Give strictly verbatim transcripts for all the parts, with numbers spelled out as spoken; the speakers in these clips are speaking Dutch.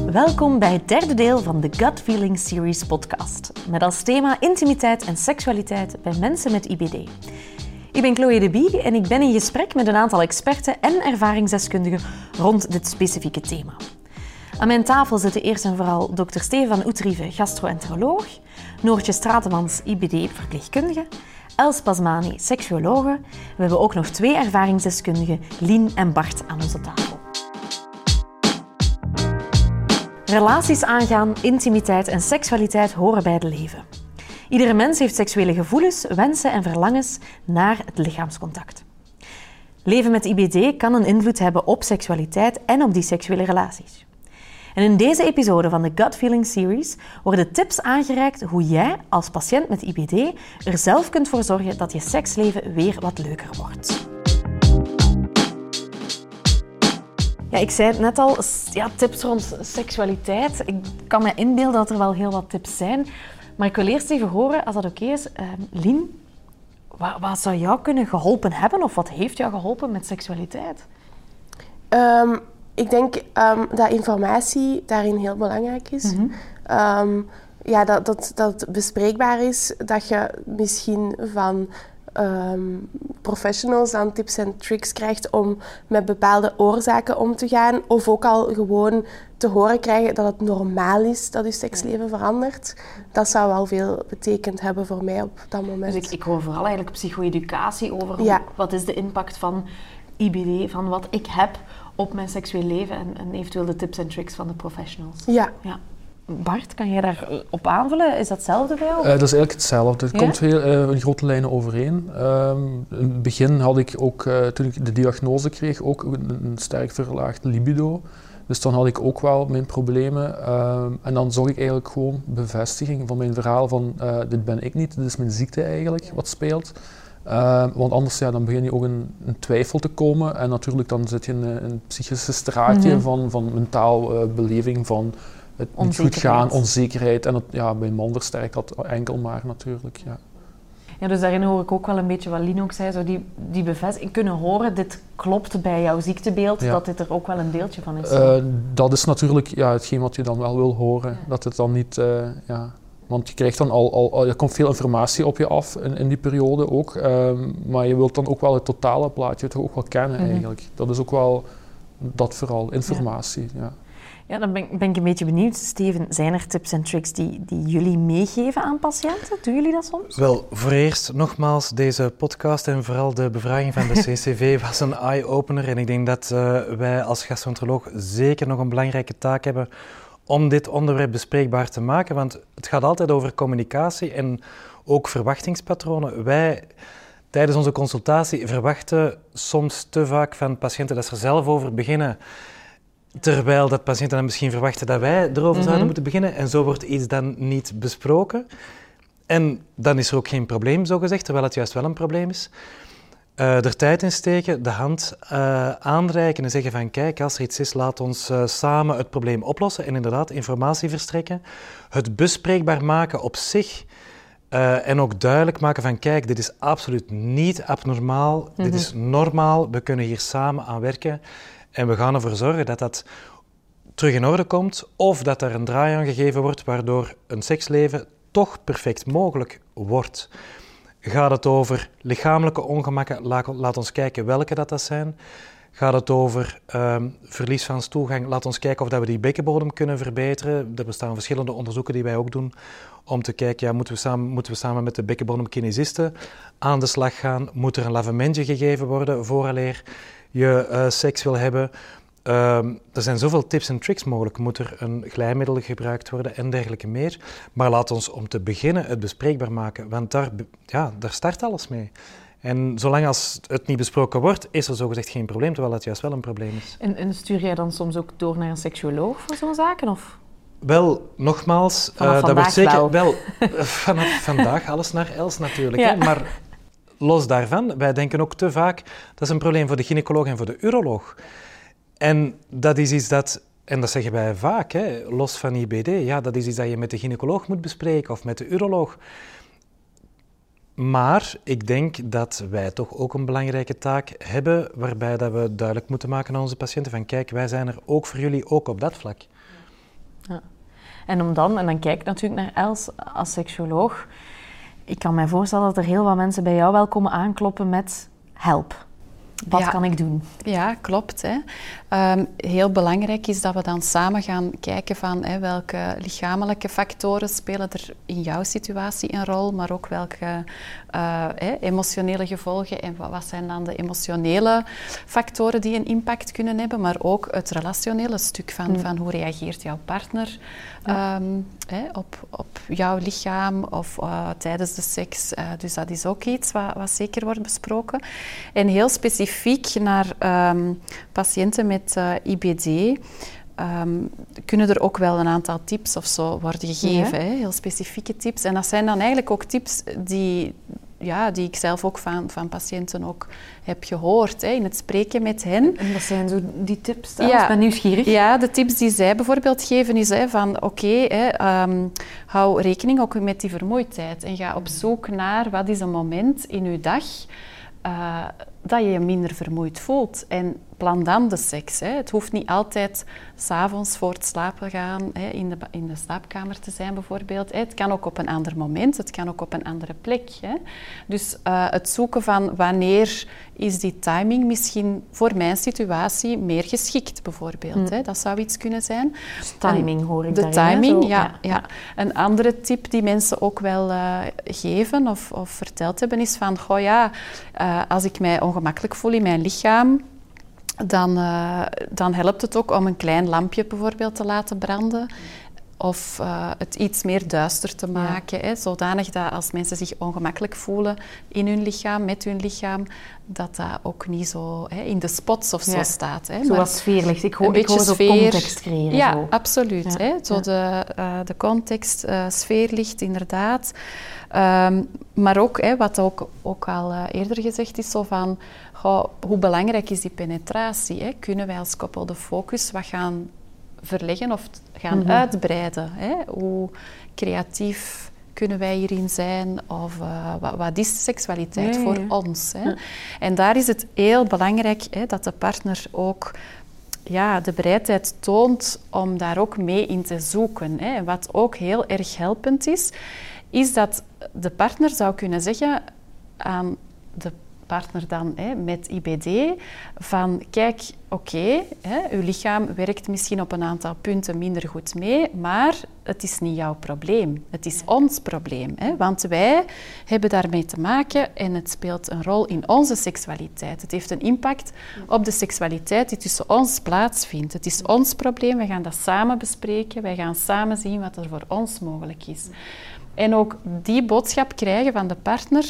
Welkom bij het derde deel van de Gut Feeling Series podcast, met als thema intimiteit en seksualiteit bij mensen met I B D. Ik ben Chloe de Bie en ik ben in gesprek met een aantal experten en ervaringsdeskundigen rond dit specifieke thema. Aan mijn tafel zitten eerst en vooral dokter Stefan Oetrieve, gastro-enteroloog, Noortje Stratemans, I B D-verpleegkundige, Els Pasmani, seksuologe. We hebben ook nog twee ervaringsdeskundigen, Lien en Bart, aan onze tafel. Relaties aangaan, intimiteit en seksualiteit horen bij het leven. Iedere mens heeft seksuele gevoelens, wensen en verlangens naar het lichaamscontact. Leven met I B D kan een invloed hebben op seksualiteit en op die seksuele relaties. En in deze episode van de Gut Feeling Series worden tips aangereikt hoe jij als patiënt met I B D er zelf kunt voor zorgen dat je seksleven weer wat leuker wordt. Ja, ik zei het net al, ja, tips rond seksualiteit. Ik kan me inbeelden dat er wel heel wat tips zijn. Maar ik wil eerst even horen, als dat oké is, uh, Lien, wat, wat zou jou kunnen geholpen hebben of wat heeft jou geholpen met seksualiteit? Um, ik denk um, dat informatie daarin heel belangrijk is. Mm-hmm. Um, ja, dat, dat, dat het bespreekbaar is, dat je misschien van um, professionals dan tips en tricks krijgt om met bepaalde oorzaken om te gaan. Of ook al gewoon te horen krijgen dat het normaal is dat je seksleven verandert. Dat zou wel veel betekend hebben voor mij op dat moment. Dus ik, ik hoor vooral eigenlijk psycho-educatie over ja. hoe, wat is de impact van I B D, van wat ik heb op mijn seksueel leven en, en eventueel de tips en tricks van de professionals. Ja. ja. Bart, kan jij daarop aanvullen? Is dat hetzelfde bij jou? Uh, dat is eigenlijk hetzelfde. Het ja? komt heel, uh, in grote lijnen overeen. Um, in het begin had ik ook, uh, toen ik de diagnose kreeg, ook een, een sterk verlaagd libido. Dus dan had ik ook wel mijn problemen. Um, en dan zocht ik eigenlijk gewoon bevestiging van mijn verhaal van uh, dit ben ik niet, dit is mijn ziekte eigenlijk wat speelt. Uh, want anders ja, dan begin je ook in, in twijfel te komen en natuurlijk dan zit je in een psychische straatje mm-hmm. van, van mentaal uh, beleving van het niet goed gaan, onzekerheid. En het, ja, bij een man versterkt dat enkel maar natuurlijk. Ja. Ja, dus daarin hoor ik ook wel een beetje wat Lien ook zei, zo die, die bevestiging kunnen horen, dit klopt bij jouw ziektebeeld, ja. dat dit er ook wel een deeltje van is. Uh, dat is natuurlijk ja, hetgeen wat je dan wel wil horen, ja. dat het dan niet... Uh, ja, want je krijgt dan al, al, al, er komt veel informatie op je af in, in die periode ook, um, maar je wilt dan ook wel het totale plaatje toch ook wel kennen mm-hmm. eigenlijk. Dat is ook wel dat vooral, informatie. Ja. Ja. Ja, dan ben, ben ik een beetje benieuwd. Steven, zijn er tips en tricks die, die jullie meegeven aan patiënten? Doen jullie dat soms? Wel, voor eerst nogmaals, deze podcast en vooral de bevraging van de C C V was een eye-opener. En ik denk dat uh, wij als gastroenteroloog zeker nog een belangrijke taak hebben om dit onderwerp bespreekbaar te maken. Want het gaat altijd over communicatie en ook verwachtingspatronen. Wij, tijdens onze consultatie, verwachten soms te vaak van patiënten dat ze er zelf over beginnen. Terwijl dat patiënten dan misschien verwachten dat wij erover mm-hmm. zouden moeten beginnen. En zo wordt iets dan niet besproken. En dan is er ook geen probleem, zogezegd, terwijl het juist wel een probleem is. Uh, er tijd in steken, de hand uh, aanreiken en zeggen van kijk, als er iets is, laat ons uh, samen het probleem oplossen. En inderdaad, informatie verstrekken. Het bespreekbaar maken op zich. Uh, en ook duidelijk maken van kijk, dit is absoluut niet abnormaal. Mm-hmm. Dit is normaal, we kunnen hier samen aan werken. En we gaan ervoor zorgen dat dat terug in orde komt of dat er een draai aan gegeven wordt waardoor een seksleven toch perfect mogelijk wordt. Gaat het over lichamelijke ongemakken? Laat, laat ons kijken welke dat, dat zijn. Gaat het over um, verlies van stoelgang? Laat ons kijken of dat we die bekkenbodem kunnen verbeteren. Er bestaan verschillende onderzoeken die wij ook doen om te kijken, ja, moeten, we samen, moeten we samen met de bekkenbodemkinesisten aan de slag gaan? Moet er een lavementje gegeven worden vooraleer je uh, seks wil hebben. Uh, er zijn zoveel tips en tricks mogelijk. Moet er een glijmiddel gebruikt worden en dergelijke meer. Maar laat ons om te beginnen het bespreekbaar maken. Want daar, ja, daar start alles mee. En zolang als het niet besproken wordt, is er zogezegd geen probleem, terwijl het juist wel een probleem is. En, en stuur jij dan soms ook door naar een seksuoloog voor zo'n zaken? Of? Wel, nogmaals, uh, dat wordt zeker wel, wel vanaf vandaag alles naar Els natuurlijk. Ja. Hè? Maar los daarvan, wij denken ook te vaak, dat is een probleem voor de gynaecoloog en voor de uroloog. En dat is iets dat, en dat zeggen wij vaak, hè, los van I B D, ja, dat is iets dat je met de gynaecoloog moet bespreken of met de uroloog. Maar ik denk dat wij toch ook een belangrijke taak hebben, waarbij dat we duidelijk moeten maken aan onze patiënten van kijk, wij zijn er ook voor jullie, ook op dat vlak. En om dan, en dan kijk ik natuurlijk naar Els als seksuoloog, ik kan mij voorstellen dat er heel wat mensen bij jou wel komen aankloppen met help. Wat ja. kan ik doen? Ja, klopt. Hè. Um, heel belangrijk is dat we dan samen gaan kijken van hè, welke lichamelijke factoren spelen er in jouw situatie een rol, maar ook welke uh, hè, emotionele gevolgen en wat zijn dan de emotionele factoren die een impact kunnen hebben, maar ook het relationele stuk van, mm. van hoe reageert jouw partner ja. um, hè, op, op jouw lichaam of uh, tijdens de seks. Uh, dus dat is ook iets wat, wat zeker wordt besproken. En heel specifiek naar um, patiënten met uh, I B D um, kunnen er ook wel een aantal tips of zo worden gegeven. Ja. Hè? Heel specifieke tips. En dat zijn dan eigenlijk ook tips die, ja, die ik zelf ook van, van patiënten ook heb gehoord. Hè? In het spreken met hen. En wat zijn zo die tips? Dan? Ja, ik ben nieuwsgierig. Ja, de tips die zij bijvoorbeeld geven is hè, van oké, okay, um, hou rekening ook met die vermoeidheid. En ga op zoek naar wat is een moment in uw dag Uh, dat je je minder vermoeid voelt. En plan dan de seks. Hè. Het hoeft niet altijd 's avonds voor het slapen gaan hè, in, de, in de slaapkamer te zijn bijvoorbeeld. Hè. Het kan ook op een ander moment, het kan ook op een andere plek. Hè. Dus uh, het zoeken van wanneer is die timing misschien voor mijn situatie meer geschikt bijvoorbeeld. Mm. Hè. Dat zou iets kunnen zijn. Dus timing hoor ik de daarin. De timing, zo, ja, ja. ja. Een andere tip die mensen ook wel uh, geven of, of verteld hebben is van, goh ja, uh, als ik mij ongemakkelijk voel in mijn lichaam, dan, uh, dan helpt het ook om een klein lampje bijvoorbeeld te laten branden. Of uh, het iets meer duister te maken, ja. hè, zodanig dat als mensen zich ongemakkelijk voelen in hun lichaam, met hun lichaam, dat dat ook niet zo hè, in de spots of ja. zo staat. Hè. Zoals sfeerlicht. Ik hoor, een ik hoor zo sfeer, context creëren. Ja, zo. absoluut. Ja. Hè. Zo ja. de, uh, de context, uh, sfeerlicht, inderdaad. Um, maar ook, hè, wat ook, ook al uh, eerder gezegd is, zo van, goh, hoe belangrijk is die penetratie? Hè? Kunnen wij als koppel de focus wat gaan verleggen of gaan mm-hmm. uitbreiden? Hè? Hoe creatief kunnen wij hierin zijn? Of uh, wat, wat is seksualiteit ja, ja, ja. voor ons? Hè? Ja. En daar is het heel belangrijk hè, dat de partner ook ja, de bereidheid toont om daar ook mee in te zoeken. Hè? En wat ook heel erg helpend is, is dat de partner zou kunnen zeggen aan de partner dan hè, met I B D van kijk, oké, okay, uw lichaam werkt misschien op een aantal punten minder goed mee, maar het is niet jouw probleem. Het is ons probleem, hè, want wij hebben daarmee te maken en het speelt een rol in onze seksualiteit. Het heeft een impact op de seksualiteit die tussen ons plaatsvindt. Het is ons probleem, wij gaan dat samen bespreken, wij gaan samen zien wat er voor ons mogelijk is. En ook die boodschap krijgen van de partner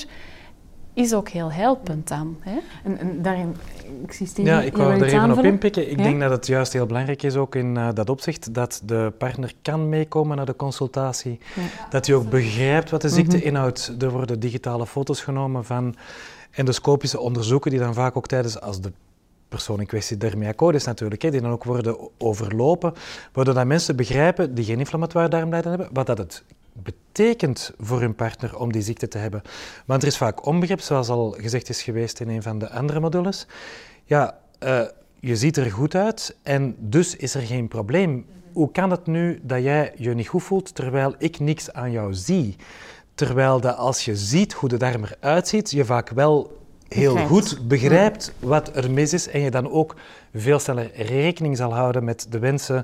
is ook heel helpend dan. Hè? En, en daarin, ik zie Steven, ja, ik wou er even aanvullen. op inpikken. Ik ja? denk dat het juist heel belangrijk is ook in uh, dat opzicht dat de partner kan meekomen naar de consultatie. Ja. Dat hij ook begrijpt wat de ziekte mm-hmm. inhoudt. Er worden digitale foto's genomen van endoscopische onderzoeken die dan vaak ook tijdens, als de persoon in kwestie daarmee akkoord is natuurlijk, hè, die dan ook worden overlopen, waardoor dat mensen begrijpen die geen inflammatoire darmlijden hebben, wat dat het betekent voor hun partner om die ziekte te hebben. Want er is vaak onbegrip, zoals al gezegd is geweest in een van de andere modules. Ja, uh, je ziet er goed uit en dus is er geen probleem. Hoe kan het nu dat jij je niet goed voelt terwijl ik niks aan jou zie? Terwijl dat als je ziet hoe de darm eruit ziet, je vaak wel heel begrijpt. goed begrijpt ja. wat er mis is en je dan ook veel sneller rekening zal houden met de wensen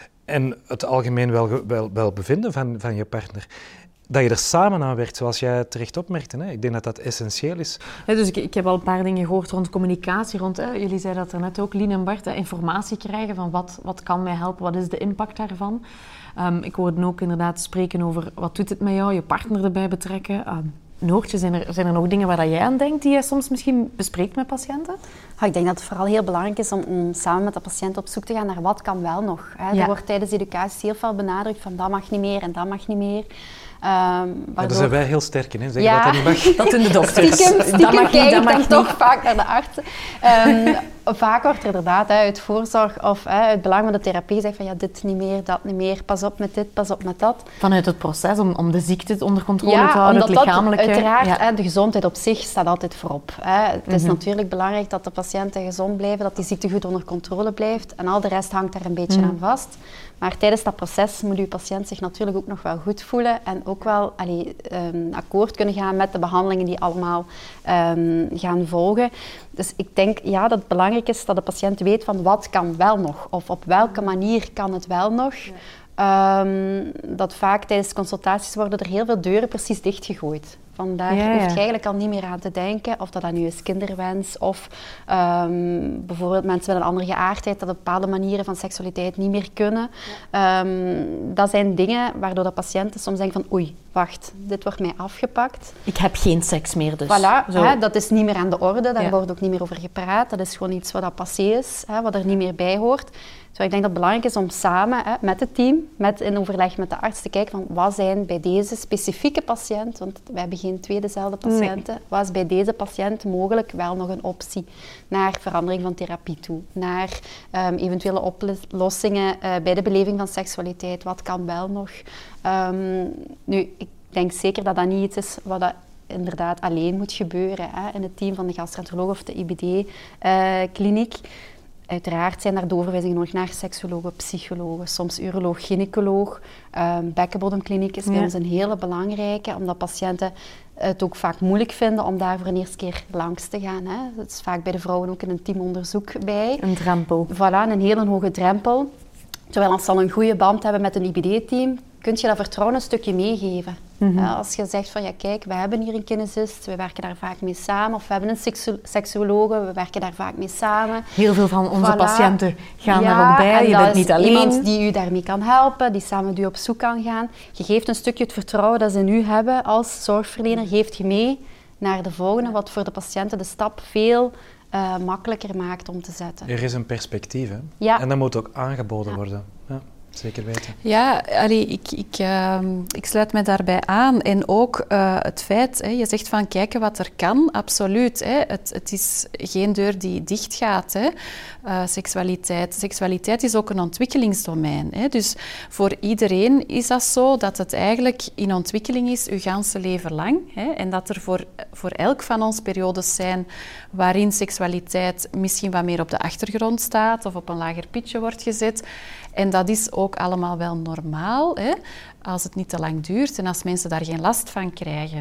en het algemeen wel, wel, wel bevinden van, van je partner. Dat je er samen aan werkt, zoals jij terecht opmerkte. Hè? Ik denk dat dat essentieel is. Ja, dus ik, ik heb al een paar dingen gehoord rond communicatie. Rond, hè. Jullie zeiden dat er net ook, Lien en Bart, hè, informatie krijgen van wat, wat kan mij helpen, wat is de impact daarvan. Um, ik hoorde ook inderdaad spreken over wat doet het met jou, je partner erbij betrekken. Um, Noortje, zijn er, zijn er nog dingen waar dat jij aan denkt die je soms misschien bespreekt met patiënten? Ja, ik denk dat het vooral heel belangrijk is om, om samen met de patiënt op zoek te gaan naar wat kan wel nog. Hè. Ja. Er wordt tijdens de educatie heel veel benadrukt van dat mag niet meer en dat mag niet meer. Um, ja, daar zijn wij heel sterk in, hè? Zeggen ja. dat dat niet mag. Dat doen de dokters. Stiekem, stiekem dat mag kijk niet, dat ik mag dan niet. toch vaak naar de artsen. Um, vaak wordt er inderdaad hè, uit voorzorg of hè, uit belang van de therapie gezegd van ja, dit niet meer, dat niet meer, pas op met dit, pas op met dat. Vanuit het proces om, om de ziekte onder controle ja, te houden, omdat het lichamelijke. Dat, uiteraard, ja. hè, de gezondheid op zich staat altijd voorop. Hè. Het is Mm-hmm. natuurlijk belangrijk dat de patiënten gezond blijven, dat die ziekte goed onder controle blijft en al de rest hangt daar een beetje Mm. aan vast. Maar tijdens dat proces moet uw patiënt zich natuurlijk ook nog wel goed voelen en ook wel allee, um, akkoord kunnen gaan met de behandelingen die allemaal um, gaan volgen. Dus ik denk ja, dat het belangrijk is dat de patiënt weet van wat kan wel nog of op welke manier kan het wel nog. Ja. Um, dat vaak tijdens consultaties worden er heel veel deuren precies dichtgegooid. Vandaar Ja, ja. hoef je eigenlijk al niet meer aan te denken of dat, dat nu is kinderwens of um, bijvoorbeeld mensen met een andere geaardheid dat bepaalde manieren van seksualiteit niet meer kunnen. Ja. Um, dat zijn dingen waardoor de patiënten soms denken van oei, wacht, dit wordt mij afgepakt. Ik heb geen seks meer dus. Voilà, Zo. hè, dat is niet meer aan de orde, daar Ja. wordt ook niet meer over gepraat. Dat is gewoon iets wat dat passé is, hè, wat er niet meer bij hoort. Dus ik denk dat het belangrijk is om samen hè, met het team, met, in overleg met de arts, te kijken van wat zijn bij deze specifieke patiënt, want we hebben geen twee dezelfde patiënten, nee. Wat is bij deze patiënt mogelijk wel nog een optie naar verandering van therapie toe, naar um, eventuele oplossingen uh, bij de beleving van seksualiteit, wat kan wel nog. Um, nu, ik denk zeker dat dat niet iets is wat dat inderdaad alleen moet gebeuren hè, in het team van de gastroenteroloog of de I B D-kliniek. Uh, Uiteraard zijn daar doorverwijzingen nog naar seksologen, psychologen, soms uroloog, gynaecoloog. Um, bekkenbodemkliniek is bij ja. ons een hele belangrijke, omdat patiënten het ook vaak moeilijk vinden om daar voor een eerste keer langs te gaan. Hè. Dat is vaak bij de vrouwen ook in een teamonderzoek bij. Een drempel. Voilà, een hele hoge drempel. Terwijl als ze al een goede band hebben met een I B D-team, kun je dat vertrouwen een stukje meegeven. Mm-hmm. Uh, als je zegt van ja kijk, we hebben hier een kinesist, we werken daar vaak mee samen. Of we hebben een seksu- seksuologe, we werken daar vaak mee samen. Heel veel van onze voilà. patiënten gaan ja, daar ook bij. Je bent niet alleen. Iemand die u daarmee kan helpen, die samen met u op zoek kan gaan. Je geeft een stukje het vertrouwen dat ze in u hebben als zorgverlener, geeft je mee naar de volgende, wat voor de patiënten de stap veel uh, makkelijker maakt om te zetten. Er is een perspectief, hè? Ja. En dat moet ook aangeboden ja. worden. Ja. Zeker weten. Ja, allee, ik, ik, uh, ik sluit me daarbij aan. En ook uh, het feit, hè, je zegt van kijken wat er kan, absoluut. Hè. Het, het is geen deur die dicht gaat. Hè. Uh, seksualiteit. Seksualiteit is ook een ontwikkelingsdomein. Hè. Dus voor iedereen is dat zo, dat het eigenlijk in ontwikkeling is, uw ganse leven lang. Hè. En dat er voor, voor elk van ons periodes zijn waarin seksualiteit misschien wat meer op de achtergrond staat of op een lager pitje wordt gezet. En dat is ook allemaal wel normaal, hè, als het niet te lang duurt en als mensen daar geen last van krijgen.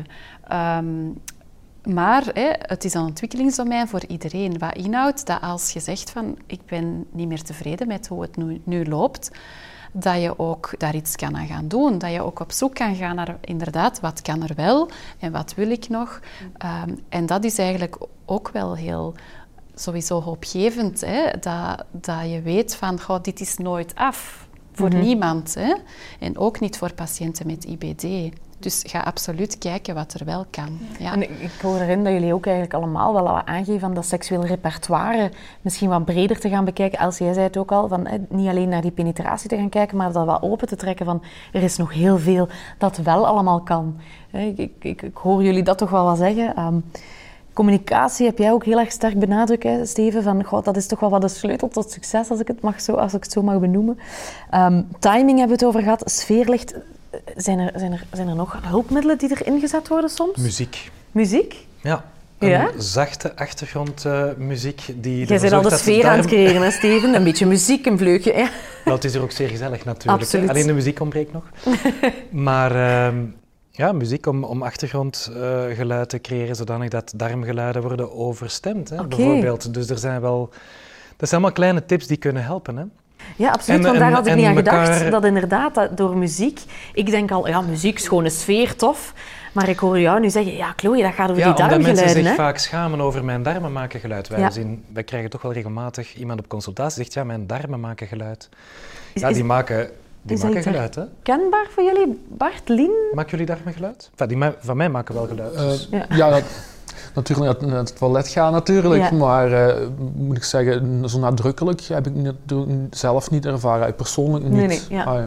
Um, maar hè, het is een ontwikkelingsdomein voor iedereen. Wat inhoudt dat als je zegt van ik ben niet meer tevreden met hoe het nu, nu loopt, dat je ook daar iets kan aan gaan doen. Dat je ook op zoek kan gaan naar inderdaad wat kan er wel en wat wil ik nog. Um, en dat is eigenlijk ook wel heel sowieso hoopgevend, hè? Dat, dat je weet van, goh, dit is nooit af. Voor mm-hmm. niemand. Hè? En ook niet voor patiënten met I B D. Dus ga absoluut kijken wat er wel kan. Ja. En ik, ik hoor erin dat jullie ook eigenlijk allemaal wel wat aangeven van dat seksueel repertoire misschien wat breder te gaan bekijken. Als jij zei het ook al, van, eh, niet alleen naar die penetratie te gaan kijken, maar dat wat open te trekken van er is nog heel veel dat wel allemaal kan. Eh, ik, ik, ik hoor jullie dat toch wel wat zeggen. Um, Communicatie heb jij ook heel erg sterk benadrukt, hè, Steven. Van, goh, dat is toch wel wat de sleutel tot succes, als ik het, mag zo, als ik het zo mag benoemen. Um, timing hebben we het over gehad. Sfeerlicht. Zijn er, zijn, er, zijn er nog hulpmiddelen die er ingezet worden soms? Muziek. Muziek? Ja. Een ja? zachte achtergrondmuziek uh, die... Jij bent al de sfeer darm... aan het creëren, hè, Steven? Een beetje muziek, een vleugje. Ja. Wel, het is er ook zeer gezellig natuurlijk. Absoluut. Alleen de muziek ontbreekt nog. maar... Uh, Ja, muziek om, om achtergrondgeluid uh, te creëren, zodanig dat darmgeluiden worden overstemd, hè, okay. bijvoorbeeld. Dus er zijn wel... Dat zijn allemaal kleine tips die kunnen helpen, hè. Ja, absoluut, en, want daar en, had ik niet aan elkaar... gedacht. Dat inderdaad, dat door muziek... Ik denk al, ja, muziek, schone sfeer, tof. Maar ik hoor jou nu zeggen, ja, Chloe, dat gaat over ja, die darmgeluiden, omdat mensen zich hè? vaak schamen over mijn darmen maken geluid. Wij, ja. zien, wij krijgen toch wel regelmatig iemand op consultatie die zegt, ja, mijn darmen maken geluid. Is, ja, die is... maken... Die is maken geluid, hè? Kenbaar voor jullie, Bart, Lien? Maken jullie darmen geluid? Enfin, die van mij maken wel geluid. Dus. Uh, ja, ja dat, natuurlijk naar het toilet gaan natuurlijk, ja. maar uh, moet ik zeggen, zo nadrukkelijk heb ik niet, zelf niet ervaren, persoonlijk niet. Nee, nee, ja, ah, ja. ja.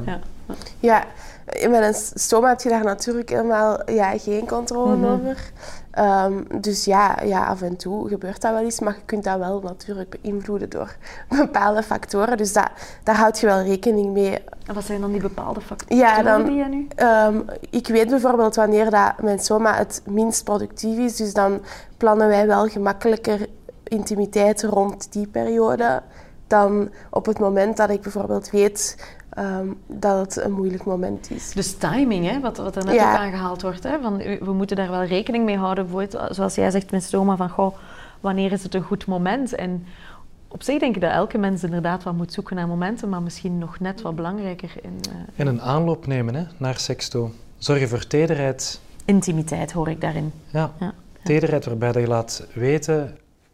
Ja, met een stoma heb je daar natuurlijk helemaal ja, geen controle mm-hmm. over. Um, dus ja, ja, af en toe gebeurt dat wel eens, maar je kunt dat wel natuurlijk beïnvloeden door bepaalde factoren. Dus dat, daar houd je wel rekening mee. En wat zijn dan die bepaalde factoren ja, dan, die je nu? Um, ik weet bijvoorbeeld wanneer dat mijn stoma het minst productief is, dus dan plannen wij wel gemakkelijker intimiteit rond die periode dan op het moment dat ik bijvoorbeeld weet um, dat het een moeilijk moment is. Dus timing, hè, wat, wat er net ja. ook aangehaald wordt. Hè, van, we moeten daar wel rekening mee houden. Bijvoorbeeld, zoals jij zegt met stoma, van goh, wanneer is het een goed moment? En op zich denk ik dat elke mens inderdaad wel moet zoeken naar momenten, maar misschien nog net wat belangrijker in... Uh, en een aanloop nemen hè, naar seks toe. Zorgen voor tederheid. Intimiteit hoor ik daarin. Ja, ja. Tederheid waarbij je laat weten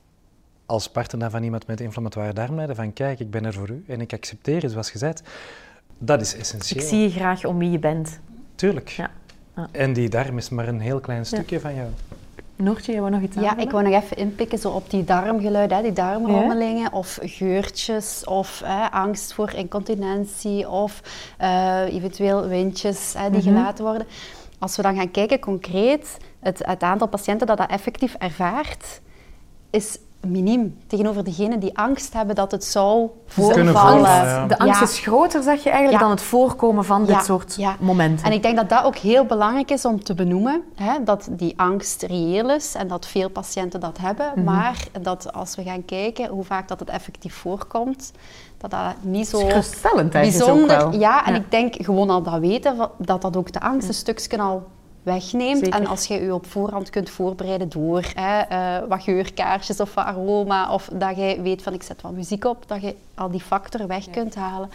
als partner van iemand met inflammatoire darmlijden van kijk, ik ben er voor u en ik accepteer je zoals je zegt. Dat is essentieel. Ik zie je graag om wie je bent. Tuurlijk. Ja. Ja. En die darm is maar een heel klein stukje ja. van jou. Noortje, je wou nog iets aan? Ja, ik wou nog even inpikken zo op die darmgeluiden, die darmrommelingen ja. of geurtjes of eh, angst voor incontinentie of uh, eventueel windjes eh, die mm-hmm. gelaten worden. Als we dan gaan kijken concreet, het, het aantal patiënten dat dat effectief ervaart, is miniem tegenover degenen die angst hebben dat het zou voorvallen. Ja. De angst ja. is groter, zeg je eigenlijk, ja. dan het voorkomen van dit ja. soort ja. momenten. En ik denk dat dat ook heel belangrijk is om te benoemen, hè, dat die angst reëel is en dat veel patiënten dat hebben, mm-hmm. maar dat als we gaan kijken hoe vaak dat het effectief voorkomt, dat dat niet zo bijzonder... Ook wel. Ja, en ja. ik denk gewoon al dat weten, dat dat ook de angst een stukje al wegneemt. Zeker. En als je je op voorhand kunt voorbereiden door hè, uh, wat geurkaarsjes of wat aroma, of dat je weet van ik zet wat muziek op, dat je al die factor weg ja. kunt halen.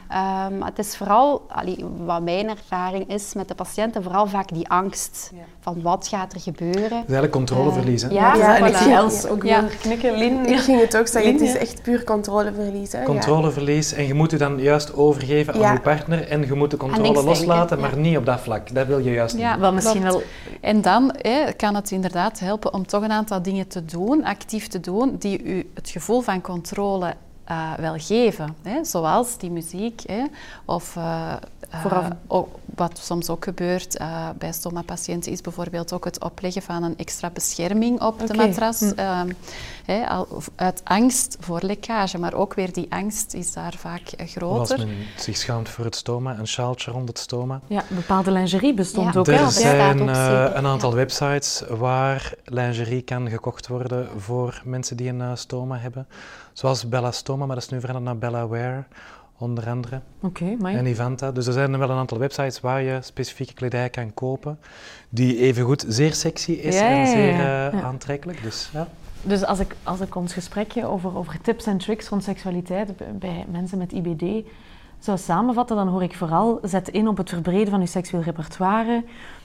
Um, het is vooral, allee, wat mijn ervaring is met de patiënten, vooral vaak die angst ja. van wat gaat er gebeuren. Het is eigenlijk controleverlies, hè? Uh, ja, ja, en voilà. ik zie Els ook ja. weer knikken. Lien, ik ging het ook zeggen, Lien, het is echt puur controleverlies. Hè? Controleverlies en je moet je dan juist overgeven aan ja. je partner en je moet de controle loslaten, ja. maar niet op dat vlak. Dat wil je juist ja, niet. Wel, misschien wel. En dan hè, kan het inderdaad helpen om toch een aantal dingen te doen, actief te doen, die u het gevoel van controle Uh, wel geven, hè? Zoals die muziek, hè? Of uh, uh, ook, wat soms ook gebeurt uh, bij stoma-patiënten is bijvoorbeeld ook het opleggen van een extra bescherming op okay. de matras, hm. uh, hè? Al, uit angst voor lekkage, maar ook weer die angst is daar vaak groter. Als men zich schaamt voor het stoma, een sjaaltje rond het stoma. Ja, bepaalde lingerie bestond ja. ook. Er hè? zijn ook uh, een aantal websites waar lingerie kan gekocht worden voor mensen die een uh, stoma hebben. Zoals Bella Stoma, maar dat is nu veranderd naar Bella Wear, onder andere. Okay, en Ivanta. Dus er zijn wel een aantal websites waar je specifieke kledij kan kopen, die evengoed zeer sexy is ja, en zeer uh, ja. aantrekkelijk. Dus, ja. dus als, ik, als ik ons gesprekje over, over tips en tricks rond seksualiteit bij mensen met I B D zou samenvatten, dan hoor ik vooral, zet in op het verbreden van je seksueel repertoire.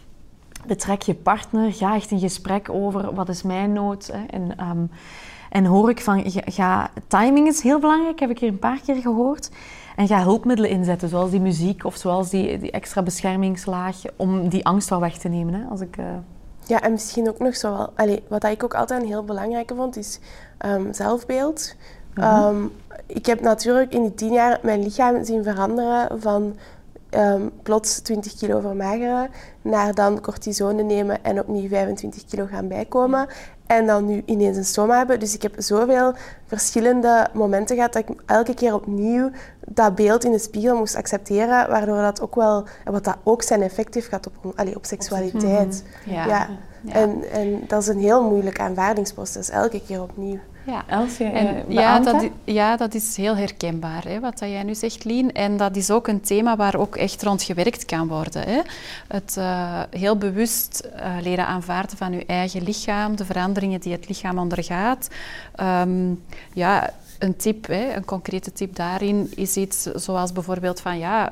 Betrek je partner, ga echt in gesprek over wat is mijn nood. Hè, en, um, En hoor ik van, ga, ga, timing is heel belangrijk, heb ik hier een paar keer gehoord. En ga hulpmiddelen inzetten, zoals die muziek of zoals die, die extra beschermingslaag, om die angst wel weg te nemen. Hè, als ik, uh... Ja, en misschien ook nog zo wel... Allee, wat ik ook altijd een heel belangrijke vond, is um, zelfbeeld. Mm-hmm. Um, ik heb natuurlijk in die tien jaar mijn lichaam zien veranderen van... Um, plots twintig kilo vermageren, naar dan cortisone nemen en opnieuw vijfentwintig kilo gaan bijkomen. En dan nu ineens een stoma hebben. Dus ik heb zoveel verschillende momenten gehad dat ik elke keer opnieuw dat beeld in de spiegel moest accepteren, waardoor dat ook wel, en wat dat ook zijn effect heeft gehad op, allee, op seksualiteit. Mm-hmm. Ja. Ja. Ja. En, en dat is een heel moeilijk aanvaardingsproces, elke keer opnieuw. Ja, Els, je, en, uh, ja, dat, ja, dat is heel herkenbaar, hè, wat dat jij nu zegt, Lien. En dat is ook een thema waar ook echt rond gewerkt kan worden. Hè. Het uh, heel bewust uh, leren aanvaarden van je eigen lichaam, de veranderingen die het lichaam ondergaat. Um, ja, een tip, hè, een concrete tip daarin is iets zoals bijvoorbeeld van... ja.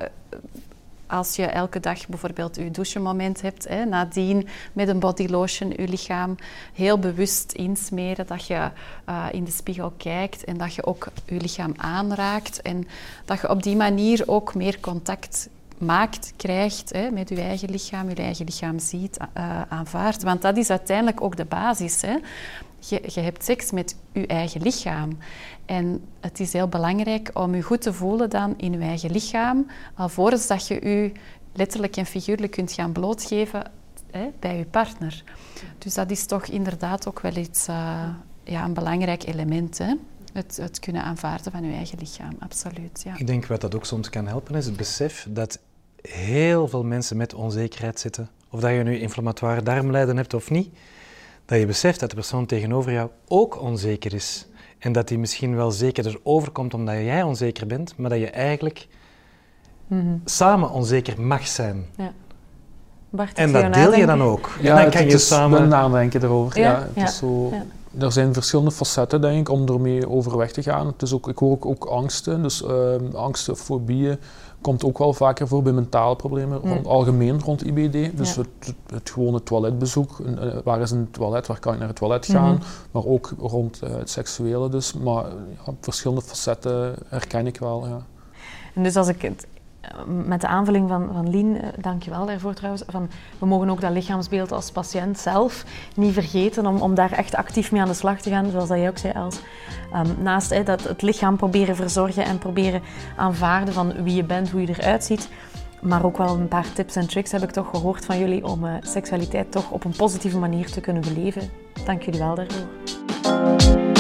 Als je elke dag bijvoorbeeld je douchemoment hebt, hè, nadien met een bodylotion je lichaam heel bewust insmeren, dat je uh, in de spiegel kijkt en dat je ook je lichaam aanraakt en dat je op die manier ook meer contact maakt, krijgt, hè, met je eigen lichaam, je eigen lichaam ziet, uh, aanvaardt. Want dat is uiteindelijk ook de basis. Hè. Je, je hebt seks met je eigen lichaam. En het is heel belangrijk om je goed te voelen dan in je eigen lichaam, alvorens dat je je letterlijk en figuurlijk kunt gaan blootgeven, hè, bij je partner. Dus dat is toch inderdaad ook wel iets, uh, ja, een belangrijk element, hè. Het, het kunnen aanvaarden van je eigen lichaam, absoluut. Ja. Ik denk wat dat ook soms kan helpen is het besef dat heel veel mensen met onzekerheid zitten. Of dat je nu inflammatoire darmlijden hebt of niet. Dat je beseft dat de persoon tegenover jou ook onzeker is. En dat die misschien wel zekerder overkomt omdat jij onzeker bent, maar dat je eigenlijk mm-hmm. samen onzeker mag zijn. Ja. Bart, en dat deel je dan ook. Ja, dan het, kan het je is samen wel nadenken erover. Ja, ja, het ja. is zo... Ja. Er zijn verschillende facetten, denk ik, om ermee overweg te gaan. Het is ook, ik hoor ook, ook angsten, dus uh, angsten, fobieën, komt ook wel vaker voor bij mentale problemen, mm. rond, algemeen rond I B D. Dus ja. het, het, het gewone toiletbezoek, uh, waar is een toilet, waar kan ik naar het toilet gaan, mm-hmm. maar ook rond uh, het seksuele dus. Maar ja, verschillende facetten herken ik wel, ja. En dus als ik het... Met de aanvulling van, van Lien, dank je wel daarvoor trouwens, van, we mogen ook dat lichaamsbeeld als patiënt zelf niet vergeten om, om daar echt actief mee aan de slag te gaan, zoals dat jij ook zei, Els. Um, naast he, dat het lichaam proberen verzorgen en proberen aanvaarden van wie je bent, hoe je eruit ziet, maar ook wel een paar tips en tricks heb ik toch gehoord van jullie om uh, seksualiteit toch op een positieve manier te kunnen beleven. Dank jullie wel daarvoor.